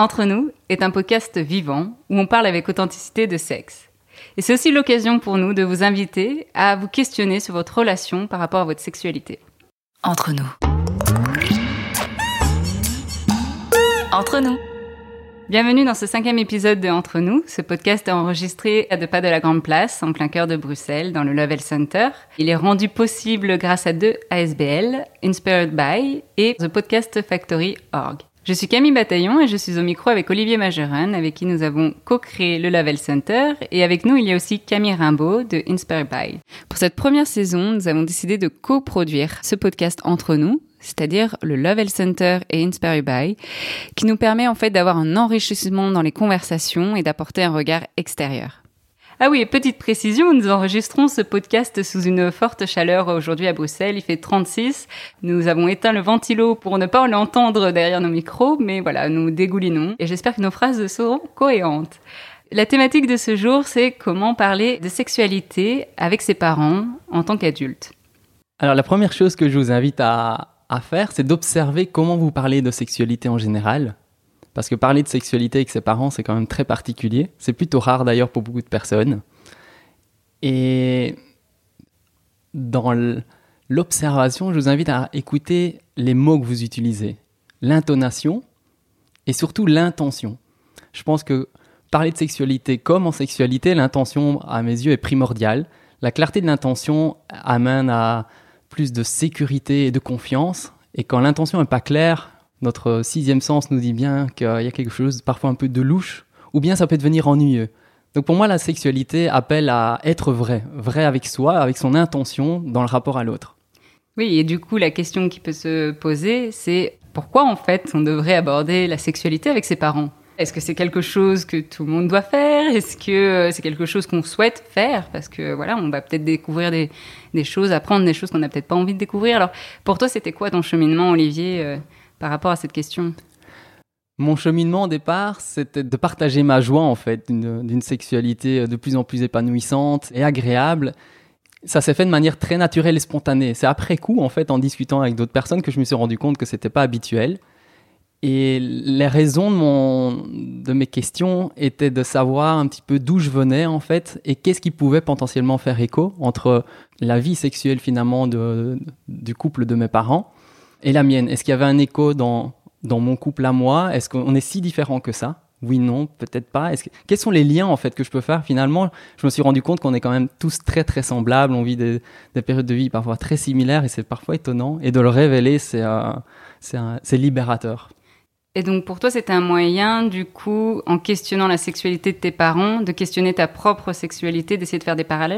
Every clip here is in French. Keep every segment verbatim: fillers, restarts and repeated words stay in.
Entre nous est un podcast vivant où on parle avec authenticité de sexe. Et c'est aussi l'occasion pour nous de vous inviter à vous questionner sur votre relation par rapport à votre sexualité. Entre nous. Entre nous. Bienvenue dans ce cinquième épisode de Entre nous. Ce podcast est enregistré à deux pas de la Grande Place, en plein cœur de Bruxelles, dans le Lovell Center. Il est rendu possible grâce à deux A S B L, Inspired by et The Podcast Factory point org. Je suis Camille Bataillon et je suis au micro avec Olivier Majeran, avec qui nous avons co-créé le Lovell Center. Et avec nous, il y a aussi Camille Rimbaud de Inspired by. Pour cette première saison, nous avons décidé de coproduire ce podcast entre nous, c'est-à-dire le Lovell Center et Inspired by, qui nous permet en fait d'avoir un enrichissement dans les conversations et d'apporter un regard extérieur. Ah oui, et petite précision, nous enregistrons ce podcast sous une forte chaleur aujourd'hui à Bruxelles, il fait trente-six. Nous avons éteint le ventilo pour ne pas l'entendre derrière nos micros, mais voilà, nous dégoulinons et j'espère que nos phrases seront cohérentes. La thématique de ce jour, c'est comment parler de sexualité avec ses parents en tant qu'adulte. Alors la première chose que je vous invite à, à faire, c'est d'observer comment vous parlez de sexualité en général. Parce que parler de sexualité avec ses parents, c'est quand même très particulier. C'est plutôt rare d'ailleurs pour beaucoup de personnes. Et dans l'observation, je vous invite à écouter les mots que vous utilisez, l'intonation et surtout l'intention. Je pense que parler de sexualité comme en sexualité, l'intention, à mes yeux, est primordiale. La clarté de l'intention amène à plus de sécurité et de confiance. Et quand l'intention n'est pas claire, notre sixième sens nous dit bien qu'il y a quelque chose parfois un peu de louche, ou bien ça peut devenir ennuyeux. Donc pour moi, la sexualité appelle à être vrai, vrai avec soi, avec son intention dans le rapport à l'autre. Oui, et du coup, la question qui peut se poser, c'est pourquoi en fait on devrait aborder la sexualité avec ses parents ? Est-ce que c'est quelque chose que tout le monde doit faire ? Est-ce que c'est quelque chose qu'on souhaite faire ? Parce que voilà, on va peut-être découvrir des, des choses, apprendre des choses qu'on n'a peut-être pas envie de découvrir. Alors pour toi, c'était quoi ton cheminement, Olivier euh, par rapport à cette question ? Mon cheminement au départ, c'était de partager ma joie en fait, d'une, d'une sexualité de plus en plus épanouissante et agréable. Ça s'est fait de manière très naturelle et spontanée. C'est après coup, en fait, en discutant avec d'autres personnes, que je me suis rendu compte que c'était pas habituel. Et les raisons de, mon, de mes questions étaient de savoir un petit peu d'où je venais en fait et qu'est-ce qui pouvait potentiellement faire écho entre la vie sexuelle finalement de, du couple de mes parents et la mienne. Est-ce qu'il y avait un écho dans, dans mon couple à moi ? Est-ce qu'on est si différents que ça ? Oui, non, peut-être pas. Est-ce que, quels sont les liens en fait que je peux faire ? Finalement, je me suis rendu compte qu'on est quand même tous très très semblables. On vit des, des périodes de vie parfois très similaires et c'est parfois étonnant. Et de le révéler, c'est, euh, c'est, un, c'est libérateur. Et donc pour toi, c'était un moyen, du coup, en questionnant la sexualité de tes parents, de questionner ta propre sexualité, d'essayer de faire des parallèles ?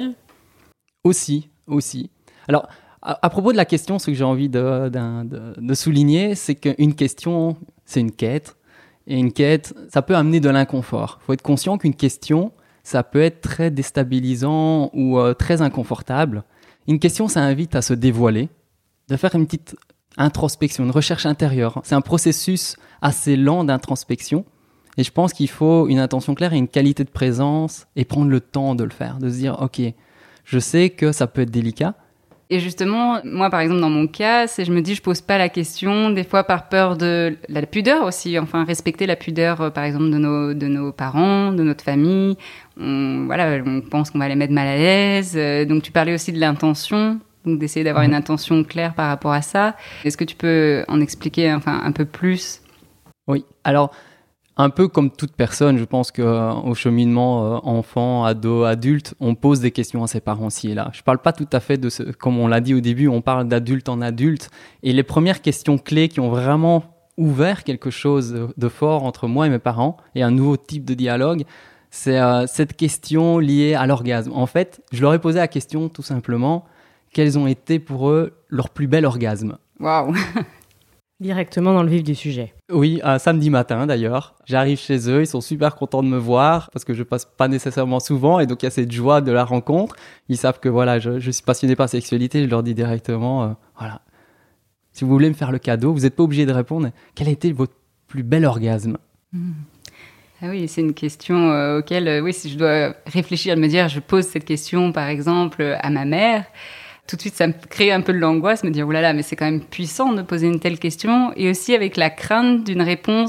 Aussi, aussi. Alors, à, à propos de la question, ce que j'ai envie de, de, de, de souligner, c'est qu'une question, c'est une quête. Et une quête, ça peut amener de l'inconfort. Il faut être conscient qu'une question, ça peut être très déstabilisant ou euh, très inconfortable. Une question, ça invite à se dévoiler, de faire une petite introspection, une recherche intérieure. C'est un processus assez lent d'introspection. Et je pense qu'il faut une intention claire et une qualité de présence et prendre le temps de le faire, de se dire, ok, je sais que ça peut être délicat. Et justement, moi, par exemple, dans mon cas, c'est, je me dis, je pose pas la question, des fois par peur de la pudeur aussi, enfin, respecter la pudeur, par exemple, de nos, de nos parents, de notre famille. On, voilà, on pense qu'on va les mettre mal à l'aise. Donc, tu parlais aussi de l'intention, donc d'essayer d'avoir mmh. une intention claire par rapport à ça. Est-ce que tu peux en expliquer, enfin, un peu plus ? Oui, alors... Un peu comme toute personne, je pense qu'au euh, cheminement euh, enfant, ado, adulte, on pose des questions à ses parents ci et là. Je ne parle pas tout à fait de ce, comme on l'a dit au début, on parle d'adulte en adulte. Et les premières questions clés qui ont vraiment ouvert quelque chose de fort entre moi et mes parents, et un nouveau type de dialogue, c'est euh, cette question liée à l'orgasme. En fait, je leur ai posé la question tout simplement, quels ont été pour eux leurs plus bels orgasmes ? Waouh. Directement dans le vif du sujet. Oui, un samedi matin d'ailleurs. J'arrive chez eux, ils sont super contents de me voir parce que je passe pas nécessairement souvent et donc il y a cette joie de la rencontre. Ils savent que voilà, je, je suis passionné par la sexualité, je leur dis directement, euh, voilà, si vous voulez me faire le cadeau, vous n'êtes pas obligé de répondre. Quel a été votre plus bel orgasme ? mmh. Ah oui, c'est une question euh, auquel, euh, oui, si je dois réfléchir, me dire, je pose cette question par exemple à ma mère. Tout de suite, ça me crée un peu de l'angoisse, me dire, oh là là, mais c'est quand même puissant de poser une telle question. Et aussi avec la crainte d'une réponse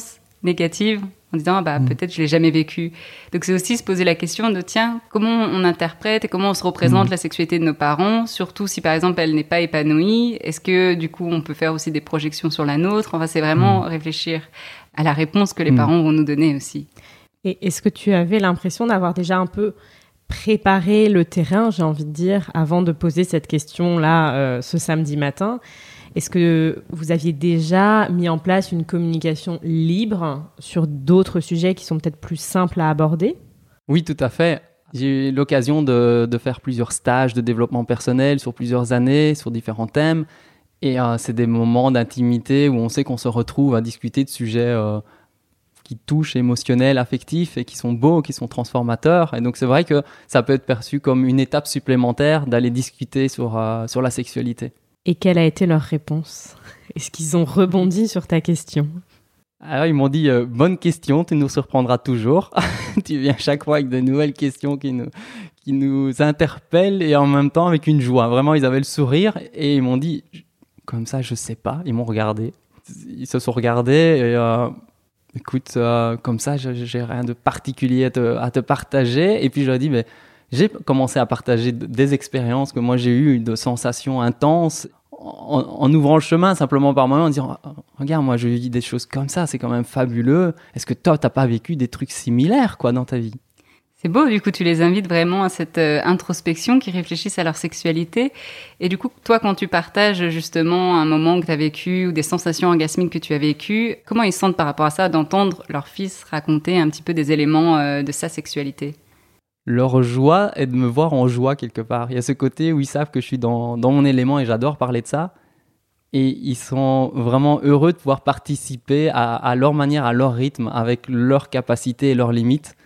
négative en disant ah bah mmh. peut-être je l'ai jamais vécu. Donc c'est aussi se poser la question de tiens comment on interprète et comment on se représente mmh. la sexualité de nos parents, surtout si par exemple elle n'est pas épanouie. Est-ce que du coup on peut faire aussi des projections sur la nôtre? Enfin c'est vraiment mmh. réfléchir à la réponse que les mmh. parents vont nous donner aussi. Et est-ce que tu avais l'impression d'avoir déjà un peu préparé le terrain, j'ai envie de dire, avant de poser cette question-là euh, ce samedi matin? Est-ce que vous aviez déjà mis en place une communication libre sur d'autres sujets qui sont peut-être plus simples à aborder? Oui, tout à fait. J'ai eu l'occasion de, de faire plusieurs stages de développement personnel sur plusieurs années, sur différents thèmes. Et euh, c'est des moments d'intimité où on sait qu'on se retrouve à discuter de sujets euh, qui touchent, émotionnels, affectifs et qui sont beaux, qui sont transformateurs. Et donc c'est vrai que ça peut être perçu comme une étape supplémentaire d'aller discuter sur, euh, sur la sexualité. Et quelle a été leur réponse? Est-ce qu'ils ont rebondi sur ta question? Alors, ils m'ont dit euh, « Bonne question, tu nous surprendras toujours. » Tu viens chaque fois avec de nouvelles questions qui nous, qui nous interpellent et en même temps avec une joie. Vraiment, ils avaient le sourire et ils m'ont dit « Comme ça, je sais pas. » Ils m'ont regardé. Ils se sont regardés et euh, « Écoute, euh, comme ça, je, j'ai rien de particulier à te, à te partager. » Et puis, je leur ai dit « J'ai commencé à partager des expériences que moi j'ai eues, de sensations intenses, en, en ouvrant le chemin simplement par moi-même, en disant « Regarde, moi j'ai eu des choses comme ça, c'est quand même fabuleux. Est-ce que toi, t'as pas vécu des trucs similaires quoi, dans ta vie ?» C'est beau, du coup, tu les invites vraiment à cette euh, introspection, qui réfléchissent à leur sexualité. Et du coup, toi, quand tu partages justement un moment que tu as vécu ou des sensations orgasmiques que tu as vécues, comment ils se sentent par rapport à ça, d'entendre leur fils raconter un petit peu des éléments euh, de sa sexualité? Leur joie est de me voir en joie quelque part. Il y a ce côté où ils savent que je suis dans, dans mon élément et j'adore parler de ça. Et ils sont vraiment heureux de pouvoir participer à, à leur manière, à leur rythme, avec leurs capacités et leurs limites,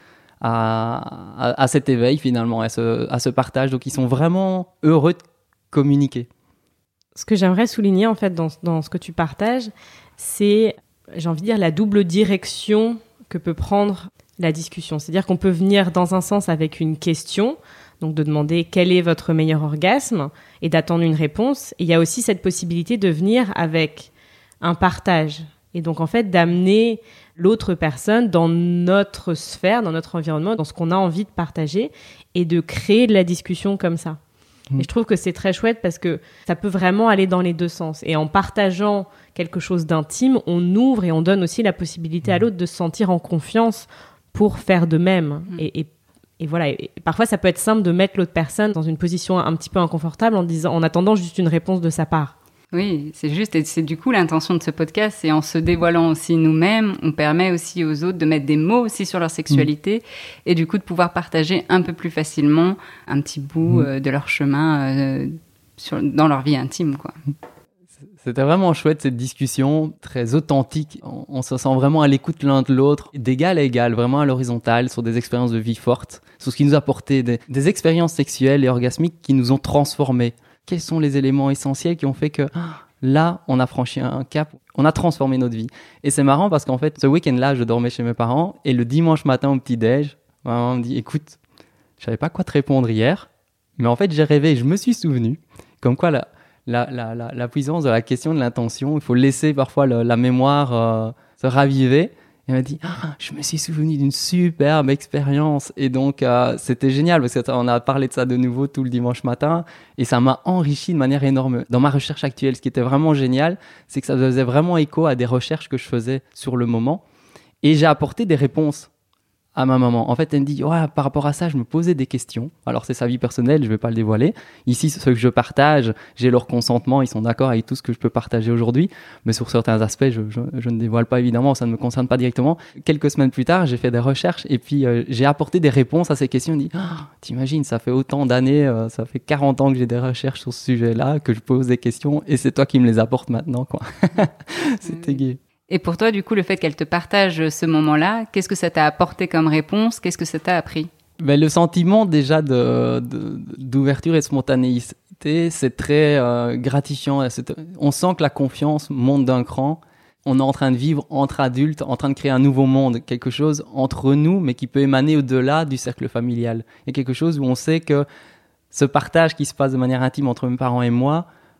à, à, à cet éveil finalement, à ce, à ce partage. Donc ils sont vraiment heureux de communiquer. Ce que j'aimerais souligner en fait dans, dans ce que tu partages, c'est, j'ai envie de dire, la double direction que peut prendre la discussion. C'est-à-dire qu'on peut venir dans un sens avec une question, donc de demander quel est votre meilleur orgasme et d'attendre une réponse. Et il y a aussi cette possibilité de venir avec un partage. Et donc en fait d'amener l'autre personne dans notre sphère, dans notre environnement, dans ce qu'on a envie de partager et de créer de la discussion comme ça. Mmh. Et je trouve que c'est très chouette parce que ça peut vraiment aller dans les deux sens. Et en partageant quelque chose d'intime, on ouvre et on donne aussi la possibilité à l'autre de se sentir en confiance pour faire de même. Mmh. Et, et, et voilà. Et parfois, ça peut être simple de mettre l'autre personne dans une position un petit peu inconfortable en, disant, en attendant juste une réponse de sa part. Oui, c'est juste. Et c'est du coup l'intention de ce podcast. C'est en se dévoilant aussi nous-mêmes, on permet aussi aux autres de mettre des mots aussi sur leur sexualité mmh. et du coup de pouvoir partager un peu plus facilement un petit bout mmh. euh, de leur chemin euh, sur, dans leur vie intime, quoi. C'était vraiment chouette cette discussion, très authentique. On, on se sent vraiment à l'écoute l'un de l'autre, d'égal à égal, vraiment à l'horizontale, sur des expériences de vie fortes, sur ce qui nous a apporté des, des expériences sexuelles et orgasmiques qui nous ont transformés. Quels sont les éléments essentiels qui ont fait que là, on a franchi un cap, on a transformé notre vie. Et c'est marrant parce qu'en fait, ce week-end-là, je dormais chez mes parents et le dimanche matin au petit-déj, ma maman me dit « Écoute, je savais pas quoi te répondre hier, mais en fait, j'ai rêvé et je me suis souvenu. » Comme quoi, la, la, la, la, la puissance de la question de l'intention, il faut laisser parfois le, la mémoire euh, se raviver. Et elle m'a dit ah, « Je me suis souvenu d'une superbe expérience. » Et donc, euh, c'était génial parce qu'on a parlé de ça de nouveau tout le dimanche matin et ça m'a enrichi de manière énorme. Dans ma recherche actuelle, ce qui était vraiment génial, c'est que ça faisait vraiment écho à des recherches que je faisais sur le moment et j'ai apporté des réponses à ma maman. En fait, elle me dit ouais, par rapport à ça, je me posais des questions. Alors, c'est sa vie personnelle, je ne vais pas le dévoiler. Ici, ce que je partage, j'ai leur consentement, ils sont d'accord avec tout ce que je peux partager aujourd'hui. Mais sur certains aspects, je, je, je ne dévoile pas évidemment, ça ne me concerne pas directement. Quelques semaines plus tard, j'ai fait des recherches et puis euh, j'ai apporté des réponses à ces questions. On dit oh, t'imagines, ça fait autant d'années, euh, ça fait quarante ans que j'ai des recherches sur ce sujet-là, que je pose des questions et c'est toi qui me les apportes maintenant, quoi. C'était gai. Et pour toi, du coup, le fait qu'elle te partage ce moment-là, qu'est-ce que ça t'a apporté comme réponse? Qu'est-ce que ça t'a appris? Ben, le sentiment déjà de, de, d'ouverture et de spontanéité, c'est très euh, gratifiant. C'est, on sent que la confiance monte d'un cran. On est en train de vivre entre adultes, en train de créer un nouveau monde, quelque chose entre nous, mais qui peut émaner au-delà du cercle familial. Il y a quelque chose où on sait que ce partage qui se passe de manière intime entre mes parents et moi,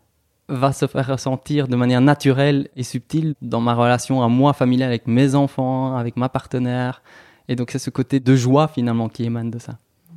va se faire ressentir de manière naturelle et subtile dans ma relation à moi familiale avec mes enfants, avec ma partenaire. Et donc c'est ce côté de joie finalement qui émane de ça.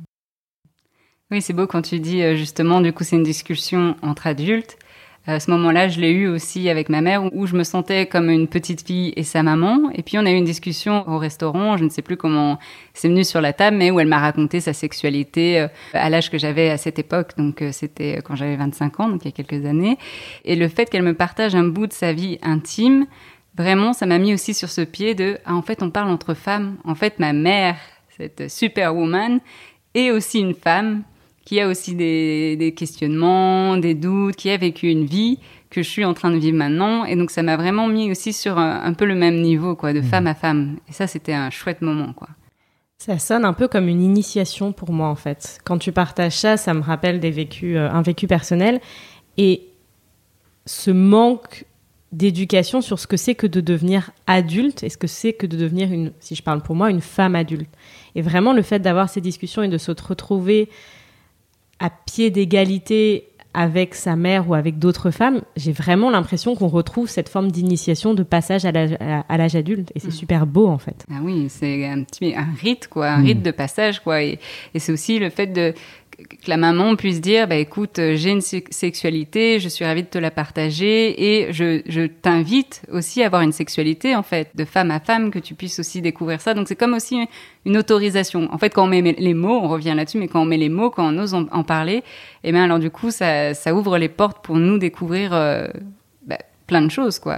Oui, c'est beau quand tu dis justement, du coup c'est une discussion entre adultes. À ce moment-là, je l'ai eu aussi avec ma mère où je me sentais comme une petite fille et sa maman. Et puis on a eu une discussion au restaurant, je ne sais plus comment c'est venu sur la table, mais où elle m'a raconté sa sexualité à l'âge que j'avais à cette époque. Donc c'était quand j'avais vingt-cinq ans, donc il y a quelques années. Et le fait qu'elle me partage un bout de sa vie intime, vraiment, ça m'a mis aussi sur ce pied de « Ah, en fait, on parle entre femmes. En fait, ma mère, cette superwoman, est aussi une femme. » qui a aussi des, des questionnements, des doutes, qui a vécu une vie que je suis en train de vivre maintenant. Et donc, ça m'a vraiment mis aussi sur un, un peu le même niveau, quoi, de mmh. femme à femme. Et ça, c'était un chouette moment, quoi. Ça sonne un peu comme une initiation pour moi, en fait. Quand tu partages ça, ça me rappelle des vécus, euh, un vécu personnel. Et ce manque d'éducation sur ce que c'est que de devenir adulte et ce que c'est que de devenir, une, si je parle pour moi, une femme adulte. Et vraiment, le fait d'avoir ces discussions et de se retrouver à pied d'égalité avec sa mère ou avec d'autres femmes, j'ai vraiment l'impression qu'on retrouve cette forme d'initiation, de passage à l'âge, à l'âge adulte. Et c'est mmh. super beau, en fait. Ah oui, c'est un petit un rite, quoi, un mmh. rite de passage, quoi. Et, et c'est aussi le fait de que la maman puisse dire, bah écoute, j'ai une sexualité, je suis ravie de te la partager et je, je t'invite aussi à avoir une sexualité, en fait, de femme à femme, que tu puisses aussi découvrir ça. Donc c'est comme aussi une autorisation. En fait, quand on met les mots, on revient là-dessus, mais quand on met les mots, quand on ose en, en parler, eh bien alors du coup, ça, ça ouvre les portes pour nous découvrir euh, bah, plein de choses, quoi.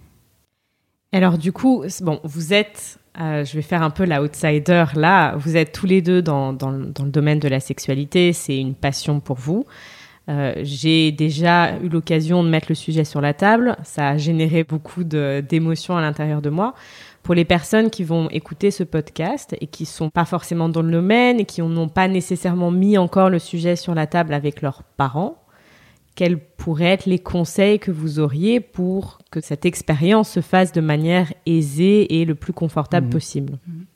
Alors du coup, bon, vous êtes... Euh, je vais faire un peu la outsider là. Vous êtes tous les deux dans, dans, dans le domaine de la sexualité. C'est une passion pour vous. Euh, j'ai déjà eu l'occasion de mettre le sujet sur la table. Ça a généré beaucoup de, d'émotions à l'intérieur de moi. Pour les personnes qui vont écouter ce podcast et qui ne sont pas forcément dans le domaine et qui n'ont pas nécessairement mis encore le sujet sur la table avec leurs parents, quels pourraient être les conseils que vous auriez pour que cette expérience se fasse de manière aisée et le plus confortable mmh. possible?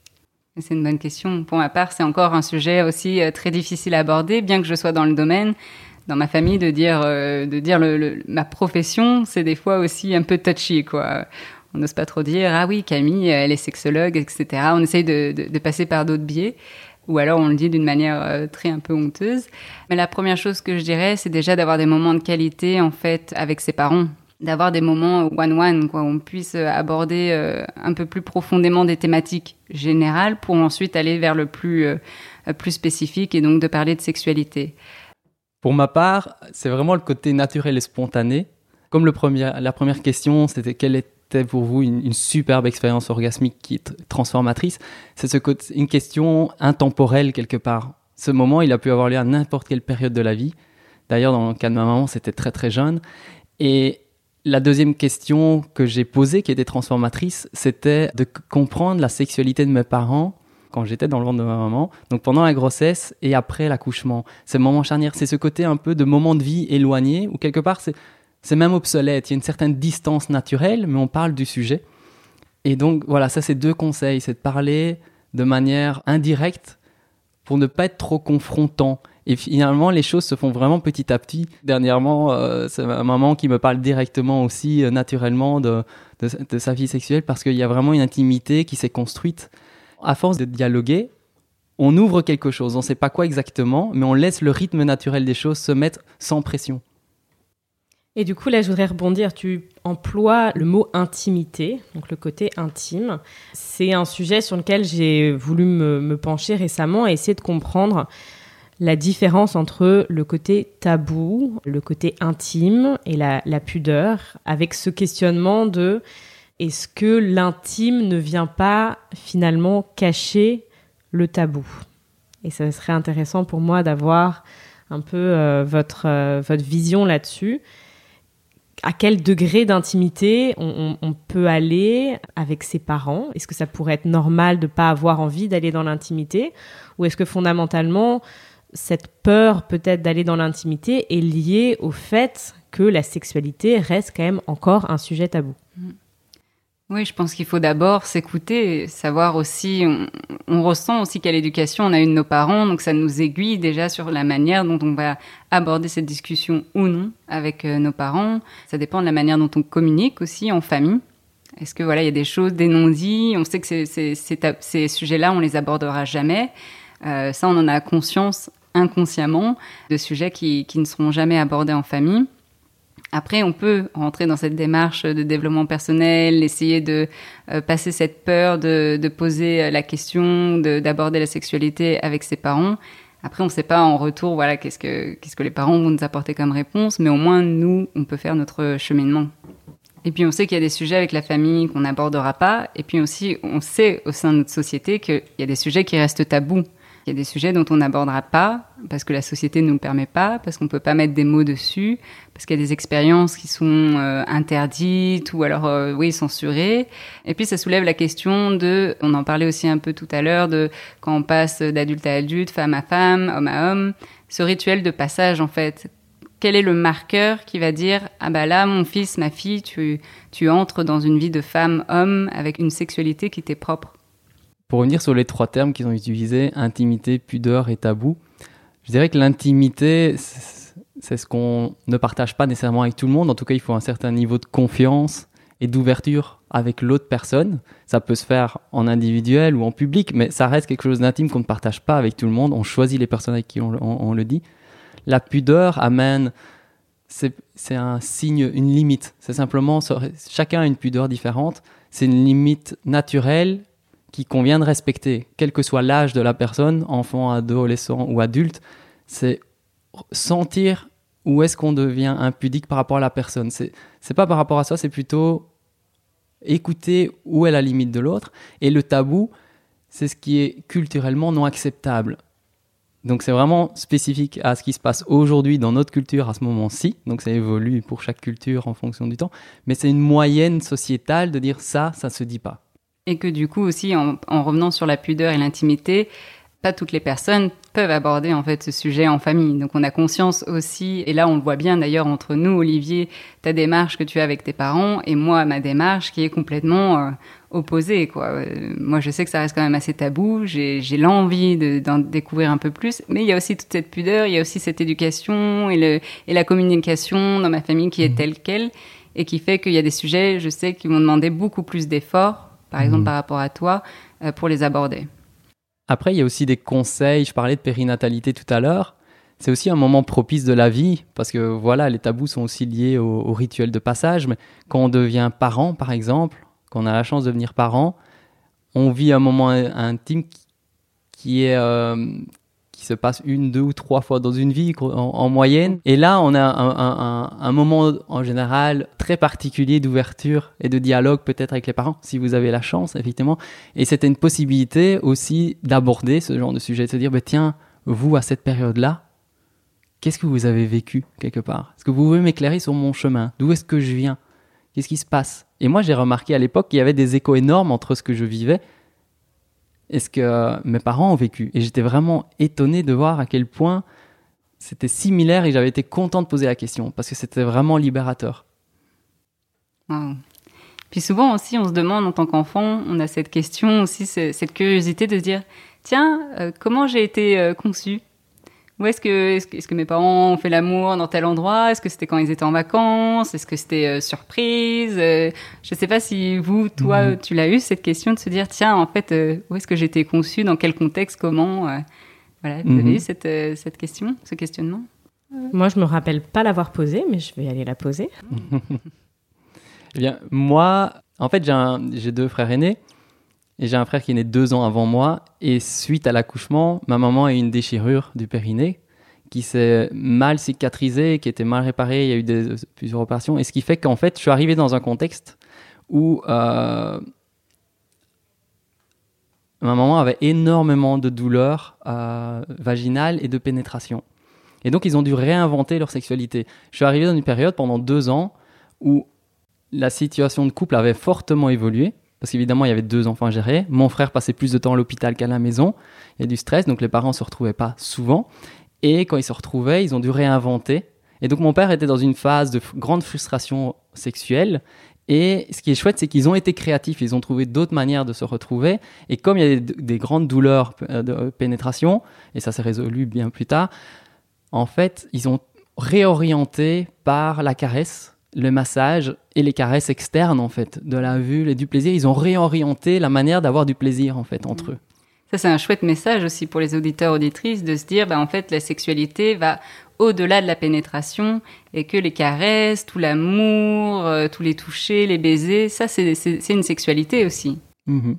C'est une bonne question. Pour ma part, c'est encore un sujet aussi très difficile à aborder, bien que je sois dans le domaine. Dans ma famille, de dire, euh, de dire le, le, ma profession, c'est des fois aussi un peu touchy, quoi. On n'ose pas trop dire « Ah oui, Camille, elle est sexologue, et cetera » On essaye de, de, de passer par d'autres biais. Ou alors on le dit d'une manière euh, très un peu honteuse. Mais la première chose que je dirais, c'est déjà d'avoir des moments de qualité, en fait, avec ses parents. D'avoir des moments one-one, quoi, où on puisse aborder euh, un peu plus profondément des thématiques générales pour ensuite aller vers le plus, euh, plus spécifique et donc de parler de sexualité. Pour ma part, c'est vraiment le côté naturel et spontané. Comme le premier, la première question, c'était quelle était pour vous une, une superbe expérience orgasmique qui est transformatrice. C'est ce côté, une question intemporelle quelque part. Ce moment, il a pu avoir lieu à n'importe quelle période de la vie. D'ailleurs, dans le cas de ma maman, c'était très très jeune. Et la deuxième question que j'ai posée, qui était transformatrice, c'était de c- comprendre la sexualité de mes parents quand j'étais dans le ventre de ma maman, donc pendant la grossesse et après l'accouchement. Ce moment charnière, c'est ce côté un peu de moment de vie éloigné, où quelque part, c'est C'est même obsolète, il y a une certaine distance naturelle, mais on parle du sujet. Et donc, voilà, ça, c'est deux conseils. C'est de parler de manière indirecte pour ne pas être trop confrontant. Et finalement, les choses se font vraiment petit à petit. Dernièrement, euh, c'est ma maman qui me parle directement aussi, euh, naturellement, de, de, de sa vie sexuelle, parce qu'il y a vraiment une intimité qui s'est construite. À force de dialoguer, on ouvre quelque chose. On ne sait pas quoi exactement, mais on laisse le rythme naturel des choses se mettre sans pression. Et du coup, là, je voudrais rebondir. Tu emploies le mot intimité, donc le côté intime. C'est un sujet sur lequel j'ai voulu me, me pencher récemment et essayer de comprendre la différence entre le côté tabou, le côté intime et la, la pudeur, avec ce questionnement de est-ce que l'intime ne vient pas finalement cacher le tabou? Et ça serait intéressant pour moi d'avoir un peu euh, votre, euh, votre vision là-dessus. À quel degré d'intimité on, on, on peut aller avec ses parents? Est-ce que ça pourrait être normal de ne pas avoir envie d'aller dans l'intimité? Ou est-ce que fondamentalement, cette peur peut-être d'aller dans l'intimité est liée au fait que la sexualité reste quand même encore un sujet tabou? Oui, je pense qu'il faut d'abord s'écouter, savoir aussi, on, on ressent aussi quelle éducation on a eu de nos parents, donc ça nous aiguille déjà sur la manière dont on va aborder cette discussion ou non avec euh, nos parents. Ça dépend de la manière dont on communique aussi en famille. Est-ce que voilà, il y a des choses, des non-dits, on sait que ces, ces, ces, ces sujets-là, on les abordera jamais. Euh, ça, on en a conscience inconsciemment, de sujets qui, qui ne seront jamais abordés en famille. Après, on peut rentrer dans cette démarche de développement personnel, essayer de euh, passer cette peur de, de poser la question, de, d'aborder la sexualité avec ses parents. Après, on ne sait pas en retour, voilà, qu'est-ce que, qu'est-ce que les parents vont nous apporter comme réponse, mais au moins, nous, on peut faire notre cheminement. Et puis, on sait qu'il y a des sujets avec la famille qu'on n'abordera pas. Et puis aussi, on sait au sein de notre société qu'il y a des sujets qui restent tabous. Il y a des sujets dont on n'abordera pas parce que la société ne nous le permet pas, parce qu'on ne peut pas mettre des mots dessus, parce qu'il y a des expériences qui sont euh, interdites ou alors, euh, oui, censurées. Et puis, ça soulève la question de, on en parlait aussi un peu tout à l'heure, de quand on passe d'adulte à adulte, femme à femme, homme à homme, ce rituel de passage, en fait. Quel est le marqueur qui va dire « Ah bah là, mon fils, ma fille, tu, tu entres dans une vie de femme-homme avec une sexualité qui t'est propre ». Pour revenir sur les trois termes qu'ils ont utilisés, intimité, pudeur et tabou, je dirais que l'intimité, c'est ce qu'on ne partage pas nécessairement avec tout le monde. En tout cas, il faut un certain niveau de confiance et d'ouverture avec l'autre personne. Ça peut se faire en individuel ou en public, mais ça reste quelque chose d'intime qu'on ne partage pas avec tout le monde. On choisit les personnes avec qui on, on, on le dit. La pudeur amène, c'est, c'est un signe, une limite. C'est simplement, chacun a une pudeur différente. C'est une limite naturelle qui convient de respecter, quel que soit l'âge de la personne, enfant, adolescent ou adulte. C'est sentir où est-ce qu'on devient impudique par rapport à la personne. C'est, c'est pas par rapport à ça, c'est plutôt écouter où est la limite de l'autre. Et le tabou, c'est ce qui est culturellement non acceptable. Donc c'est vraiment spécifique à ce qui se passe aujourd'hui dans notre culture à ce moment-ci. Donc ça évolue pour chaque culture en fonction du temps. Mais c'est une moyenne sociétale de dire ça, ça se dit pas. Et que du coup aussi, en, en revenant sur la pudeur et l'intimité, pas toutes les personnes peuvent aborder en fait ce sujet en famille. Donc on a conscience aussi, et là on le voit bien d'ailleurs entre nous, Olivier, ta démarche que tu as avec tes parents, et moi ma démarche qui est complètement euh, opposée, quoi. Euh, moi je sais que ça reste quand même assez tabou, j'ai, j'ai l'envie de, d'en découvrir un peu plus, mais il y a aussi toute cette pudeur, il y a aussi cette éducation et, le, et la communication dans ma famille qui est telle qu'elle, et qui fait qu'il y a des sujets, je sais, qui vont demander beaucoup plus d'efforts, par exemple, mmh. par rapport à toi, euh, pour les aborder. Après, il y a aussi des conseils. Je parlais de périnatalité tout à l'heure. C'est aussi un moment propice de la vie, parce que voilà, les tabous sont aussi liés au, au rituel de passage. Mais quand on devient parent, par exemple, quand on a la chance de devenir parent, on vit un moment intime qui, qui est... Euh, qui se passe une, deux ou trois fois dans une vie en, en moyenne. Et là, on a un, un, un, un moment en général très particulier d'ouverture et de dialogue peut-être avec les parents, si vous avez la chance, effectivement. Et c'était une possibilité aussi d'aborder ce genre de sujet, de se dire, bah, tiens, vous, à cette période-là, qu'est-ce que vous avez vécu quelque part ? Est-ce que vous pouvez m'éclairer sur mon chemin ? D'où est-ce que je viens ? Qu'est-ce qui se passe ? Et moi, j'ai remarqué à l'époque qu'il y avait des échos énormes entre ce que je vivais et ce que mes parents ont vécu. Et j'étais vraiment étonné de voir à quel point c'était similaire et j'avais été content de poser la question parce que c'était vraiment libérateur. Wow. Puis souvent aussi, on se demande en tant qu'enfant, on a cette question aussi, cette curiosité de se dire « Tiens, euh, comment j'ai été euh, conçue ? Où est-ce que, est-ce que, est-ce que mes parents ont fait l'amour dans tel endroit ? Est-ce que c'était quand ils étaient en vacances ? Est-ce que c'était euh, surprise ? euh, Je ne sais pas si vous, toi, mmh. tu l'as eu, cette question de se dire, tiens, en fait, euh, où est-ce que j'ai été conçue ? Dans quel contexte ? Comment ? euh, Voilà, vous mmh. avez eu cette, euh, cette question, ce questionnement ? Moi, je ne me rappelle pas l'avoir posée, mais je vais aller la poser. Eh bien, moi, en fait, j'ai, un, j'ai deux frères aînés. Et j'ai un frère qui est né deux ans avant moi. Et suite à l'accouchement, ma maman a eu une déchirure du périnée qui s'est mal cicatrisée, qui était mal réparée. Il y a eu des, plusieurs opérations. Et ce qui fait qu'en fait, je suis arrivé dans un contexte où euh, ma maman avait énormément de douleurs euh, vaginales et de pénétration. Et donc, ils ont dû réinventer leur sexualité. Je suis arrivé dans une période pendant deux ans où la situation de couple avait fortement évolué. Parce qu'évidemment, il y avait deux enfants à gérer. Mon frère passait plus de temps à l'hôpital qu'à la maison. Il y a du stress, donc les parents ne se retrouvaient pas souvent. Et quand ils se retrouvaient, ils ont dû réinventer. Et donc mon père était dans une phase de f- grande frustration sexuelle. Et ce qui est chouette, c'est qu'ils ont été créatifs, ils ont trouvé d'autres manières de se retrouver. Et comme il y a des, des grandes douleurs de pénétration, et ça s'est résolu bien plus tard, en fait, ils ont réorienté par la caresse, le massage et les caresses externes, en fait, de la vulve et du plaisir. Ils ont réorienté la manière d'avoir du plaisir, en fait, entre eux. Ça, c'est un chouette message aussi pour les auditeurs, auditrices, de se dire, bah, en fait, la sexualité va au-delà de la pénétration et que les caresses, tout l'amour, euh, tous les touchers, les baisers, ça, c'est, c'est, c'est une sexualité aussi. Mmh.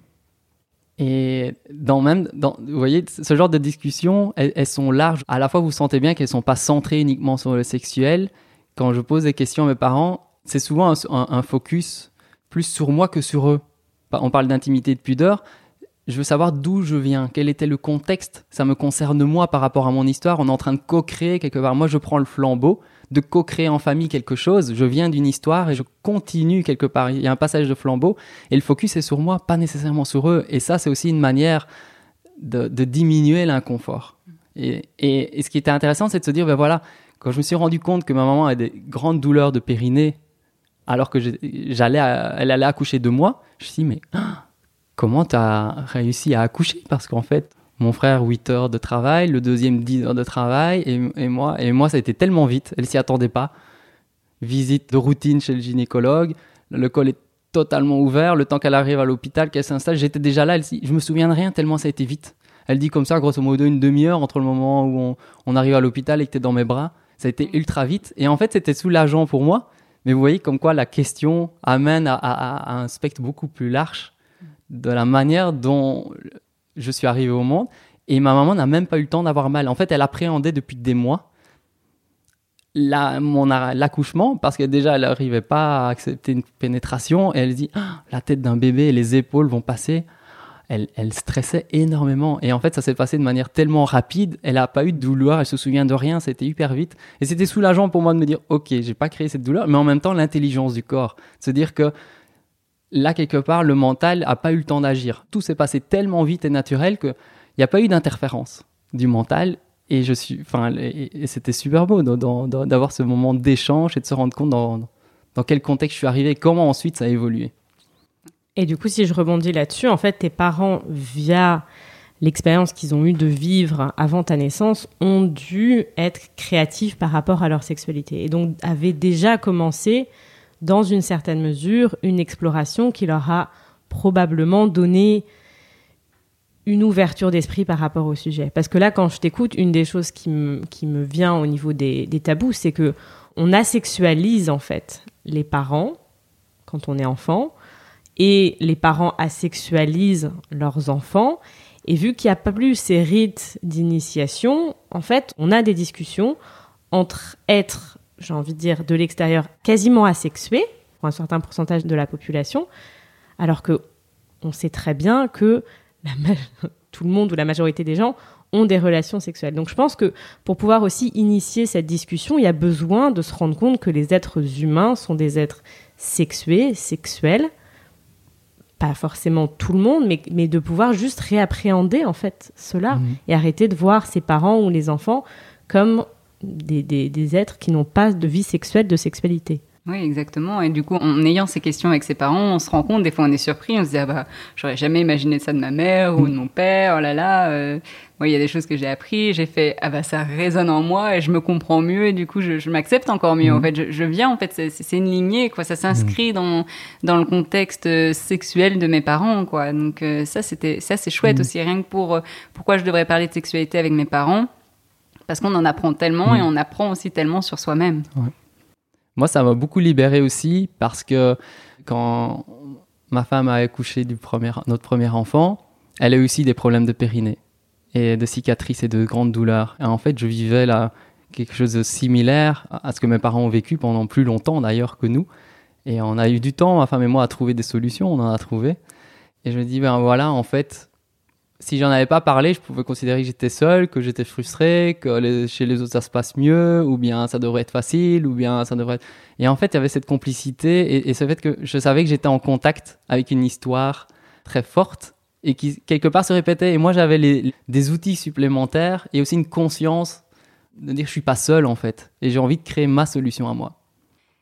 Et dans même, dans, vous voyez, ce genre de discussions, elles, elles sont larges. À la fois, vous sentez bien qu'elles ne sont pas centrées uniquement sur le sexuel. Quand je pose des questions à mes parents, c'est souvent un, un, un focus plus sur moi que sur eux. On parle d'intimité et de pudeur. Je veux savoir d'où je viens, quel était le contexte. Ça me concerne moi par rapport à mon histoire. On est en train de co-créer quelque part. Moi, je prends le flambeau de co-créer en famille quelque chose. Je viens d'une histoire et je continue quelque part. Il y a un passage de flambeau et le focus est sur moi, pas nécessairement sur eux. Et ça, c'est aussi une manière de, de diminuer l'inconfort. Et, et, et ce qui était intéressant, c'est de se dire, ben voilà, quand je me suis rendu compte que ma maman a des grandes douleurs de périnée, alors que j'allais, à, elle allait accoucher de moi, je me suis dit, mais ah, comment tu as réussi à accoucher? Parce qu'en fait, mon frère, huit heures de travail, le deuxième, dix heures de travail, et, et, moi, et moi, ça a été tellement vite, elle s'y attendait pas. Visite de routine chez le gynécologue, le col est totalement ouvert, le temps qu'elle arrive à l'hôpital, qu'elle s'installe, j'étais déjà là, elle, je me souviens de rien tellement ça a été vite. Elle dit comme ça, grosso modo, une demi-heure entre le moment où on, on arrive à l'hôpital et que tu es dans mes bras. Ça a été ultra vite. Et en fait, c'était soulageant pour moi. Mais vous voyez comme quoi la question amène à, à, à un spectre beaucoup plus large de la manière dont je suis arrivé au monde. Et ma maman n'a même pas eu le temps d'avoir mal. En fait, elle appréhendait depuis des mois la, mon, l'accouchement parce que déjà, elle n'arrivait pas à accepter une pénétration. Et elle dit ah, « la tête d'un bébé et les épaules vont passer ». Elle, elle stressait énormément. Et en fait, ça s'est passé de manière tellement rapide. Elle n'a pas eu de douleur, elle se souvient de rien. C'était hyper vite. Et c'était soulageant pour moi de me dire, OK, j'ai pas créé cette douleur, mais en même temps, l'intelligence du corps. Se dire que là, quelque part, le mental n'a pas eu le temps d'agir. Tout s'est passé tellement vite et naturel qu'il n'y a pas eu d'interférence du mental. Et, je suis, enfin, et, et c'était super beau dans, dans, dans, d'avoir ce moment d'échange et de se rendre compte dans, dans quel contexte je suis arrivé et comment ensuite ça a évolué. Et du coup, si je rebondis là-dessus, en fait, tes parents, via l'expérience qu'ils ont eue de vivre avant ta naissance, ont dû être créatifs par rapport à leur sexualité. Et donc, avaient déjà commencé, dans une certaine mesure, une exploration qui leur a probablement donné une ouverture d'esprit par rapport au sujet. Parce que là, quand je t'écoute, une des choses qui me, qui me vient au niveau des, des tabous, c'est que on asexualise, en fait, les parents, quand on est enfant, et les parents asexualisent leurs enfants. Et vu qu'il n'y a pas plus ces rites d'initiation, en fait, on a des discussions entre être, j'ai envie de dire, de l'extérieur, quasiment asexué, pour un certain pourcentage de la population, alors qu'on sait très bien que la ma- tout le monde ou la majorité des gens ont des relations sexuelles. Donc je pense que pour pouvoir aussi initier cette discussion, il y a besoin de se rendre compte que les êtres humains sont des êtres sexués, sexuels, pas forcément tout le monde, mais, mais de pouvoir juste réappréhender en fait cela mmh. et arrêter de voir ses parents ou les enfants comme des, des, des êtres qui n'ont pas de vie sexuelle, de sexualité. Oui, exactement. Et du coup, en ayant ces questions avec ses parents, on se rend compte, des fois on est surpris, on se dit ah bah j'aurais jamais imaginé ça de ma mère ou de mon père, oh là là. Euh, moi, il y a des choses que j'ai appris, j'ai fait ah bah ça résonne en moi et je me comprends mieux et du coup je, je m'accepte encore mieux. Mmh. En fait, je, je viens en fait, c'est, c'est une lignée quoi, ça s'inscrit mmh. dans dans le contexte sexuel de mes parents quoi. Donc euh, ça c'était ça c'est chouette mmh. aussi rien que pour euh, pourquoi je devrais parler de sexualité avec mes parents parce qu'on en apprend tellement mmh. et on apprend aussi tellement sur soi-même. Ouais. Moi, ça m'a beaucoup libéré aussi parce que quand ma femme a accouché du premier, notre premier enfant, elle a eu aussi des problèmes de périnée et de cicatrices et de grandes douleurs. Et en fait, je vivais là quelque chose de similaire à ce que mes parents ont vécu pendant plus longtemps d'ailleurs que nous. Et on a eu du temps, ma femme et moi, à trouver des solutions, on en a trouvé. Et je me dis, ben voilà, en fait, si j'en avais pas parlé, je pouvais considérer que j'étais seul, que j'étais frustré, que les, chez les autres ça se passe mieux, ou bien ça devrait être facile, ou bien ça devrait être... Et en fait, il y avait cette complicité et, et ce fait que je savais que j'étais en contact avec une histoire très forte et qui, quelque part, se répétait. Et moi, j'avais les, des outils supplémentaires et aussi une conscience de dire que je suis pas seul, en fait. Et j'ai envie de créer ma solution à moi.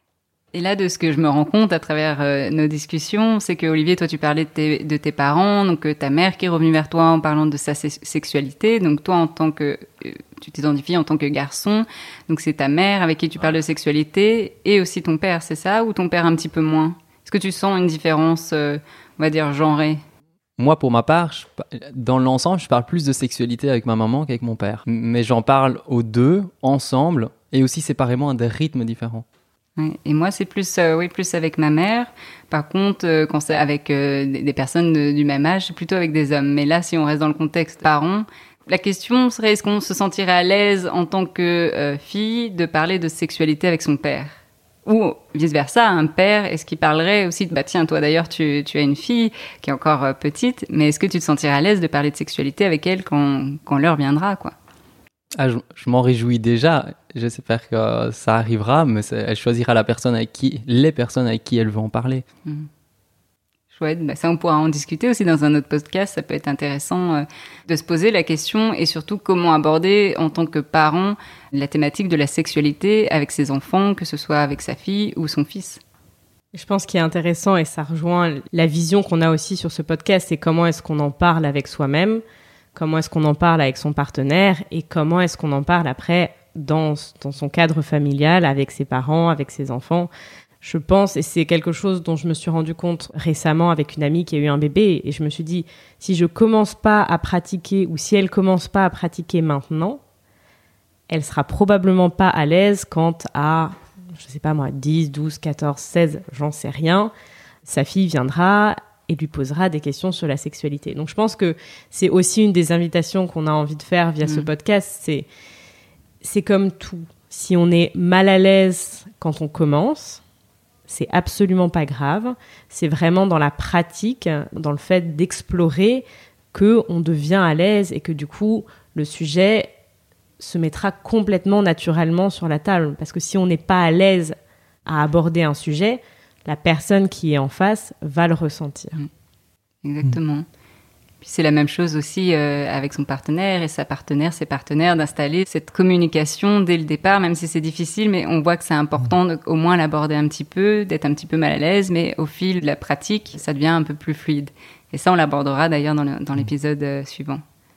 Et là, de ce que je me rends compte à travers euh, nos discussions, c'est que Olivier, toi, tu parlais de tes, de tes parents, donc euh, ta mère qui est revenue vers toi en parlant de sa se- sexualité. Donc toi, en tant que, euh, tu t'identifies en tant que garçon, donc c'est ta mère avec qui tu parles de sexualité, et aussi ton père, c'est ça, ou ton père un petit peu moins? Est-ce que tu sens une différence, euh, on va dire, genrée? Moi, pour ma part, je, dans l'ensemble, je parle plus de sexualité avec ma maman qu'avec mon père. Mais j'en parle aux deux, ensemble, et aussi séparément à des rythmes différents. Ouais. Et moi, c'est plus, euh, oui, plus avec ma mère. Par contre, euh, quand c'est avec euh, des, des personnes de, du même âge, c'est plutôt avec des hommes. Mais là, si on reste dans le contexte parents, la question serait, est-ce qu'on se sentirait à l'aise en tant que euh, fille de parler de sexualité avec son père? Ou vice-versa, un père, est-ce qu'il parlerait aussi de, bah tiens, toi d'ailleurs, tu, tu as une fille qui est encore euh, petite, mais est-ce que tu te sentirais à l'aise de parler de sexualité avec elle quand, quand l'heure viendra, quoi? Ah, je, je m'en réjouis déjà. J'espère que ça arrivera, mais elle choisira la personne avec qui, les personnes avec qui elle veut en parler. Mmh. Chouette, bah ça on pourra en discuter aussi dans un autre podcast. Ça peut être intéressant euh, de se poser la question et surtout comment aborder en tant que parent la thématique de la sexualité avec ses enfants, que ce soit avec sa fille ou son fils. Je pense qu'il est intéressant et ça rejoint la vision qu'on a aussi sur ce podcast, c'est comment est-ce qu'on en parle avec soi-même, comment est-ce qu'on en parle avec son partenaire et comment est-ce qu'on en parle après dans, dans son cadre familial, avec ses parents, avec ses enfants. Je pense, et c'est quelque chose dont je me suis rendu compte récemment avec une amie qui a eu un bébé, et je me suis dit, si je commence pas à pratiquer, ou si elle commence pas à pratiquer maintenant, elle sera probablement pas à l'aise quand à, je sais pas moi, dix, douze, quatorze, seize, j'en sais rien, sa fille viendra et lui posera des questions sur la sexualité. Donc je pense que c'est aussi une des invitations qu'on a envie de faire via mmh. ce podcast, c'est, c'est comme tout. Si on est mal à l'aise quand on commence, c'est absolument pas grave. C'est vraiment dans la pratique, dans le fait d'explorer, qu'on devient à l'aise et que du coup, le sujet se mettra complètement naturellement sur la table. Parce que si on n'est pas à l'aise à aborder un sujet, la personne qui est en face va le ressentir. Exactement. Mmh. Puis c'est la même chose aussi euh, avec son partenaire et sa partenaire, ses partenaires, d'installer cette communication dès le départ, même si c'est difficile, mais on voit que c'est important de, au moins l'aborder un petit peu, d'être un petit peu mal à l'aise, mais au fil de la pratique, ça devient un peu plus fluide. Et ça, on l'abordera d'ailleurs dans, le, dans l'épisode euh, suivant.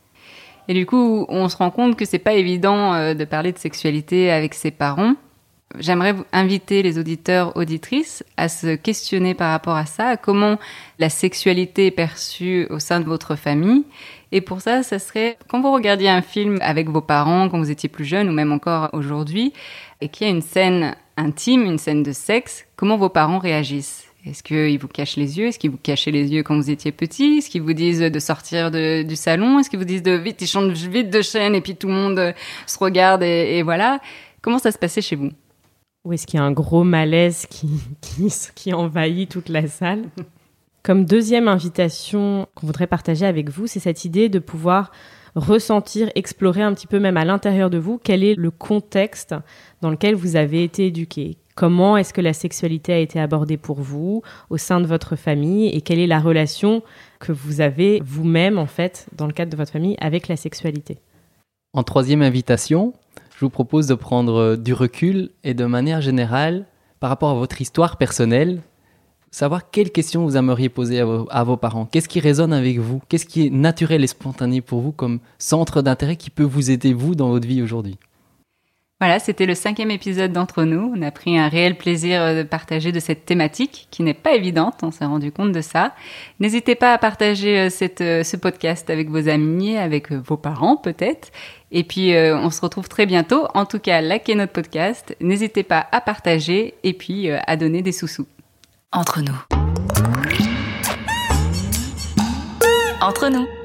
Et du coup, on se rend compte que c'est pas évident euh, de parler de sexualité avec ses parents. J'aimerais inviter les auditeurs, auditrices à se questionner par rapport à ça, à comment la sexualité est perçue au sein de votre famille. Et pour ça, ça serait quand vous regardiez un film avec vos parents, quand vous étiez plus jeune ou même encore aujourd'hui, et qu'il y a une scène intime, une scène de sexe, comment vos parents réagissent? Est-ce qu'ils vous cachent les yeux? Est-ce qu'ils vous cachaient les yeux quand vous étiez petit? Est-ce qu'ils vous disent de sortir de, du salon? Est-ce qu'ils vous disent de vite, ils changent vite de chaîne et puis tout le monde se regarde et, et voilà? Comment ça se passait chez vous? Ou est-ce qu'il y a un gros malaise qui, qui, qui envahit toute la salle? Comme deuxième invitation qu'on voudrait partager avec vous, c'est cette idée de pouvoir ressentir, explorer un petit peu même à l'intérieur de vous, quel est le contexte dans lequel vous avez été éduqué. Comment est-ce que la sexualité a été abordée pour vous, au sein de votre famille, et quelle est la relation que vous avez vous-même, en fait, dans le cadre de votre famille, avec la sexualité. En troisième invitation, je vous propose de prendre du recul et de manière générale, par rapport à votre histoire personnelle, savoir quelles questions vous aimeriez poser à vos, à vos parents. Qu'est-ce qui résonne avec vous? Qu'est-ce qui est naturel et spontané pour vous comme centre d'intérêt qui peut vous aider, vous, dans votre vie aujourd'hui? Voilà, c'était le cinquième épisode d'Entre nous. On a pris un réel plaisir de partager de cette thématique qui n'est pas évidente, on s'est rendu compte de ça. N'hésitez pas à partager cette, ce podcast avec vos amis, avec vos parents peut-être. Et puis, euh, on se retrouve très bientôt. En tout cas, likez notre podcast. N'hésitez pas à partager et puis euh, à donner des sous-sous. Entre nous. Entre nous.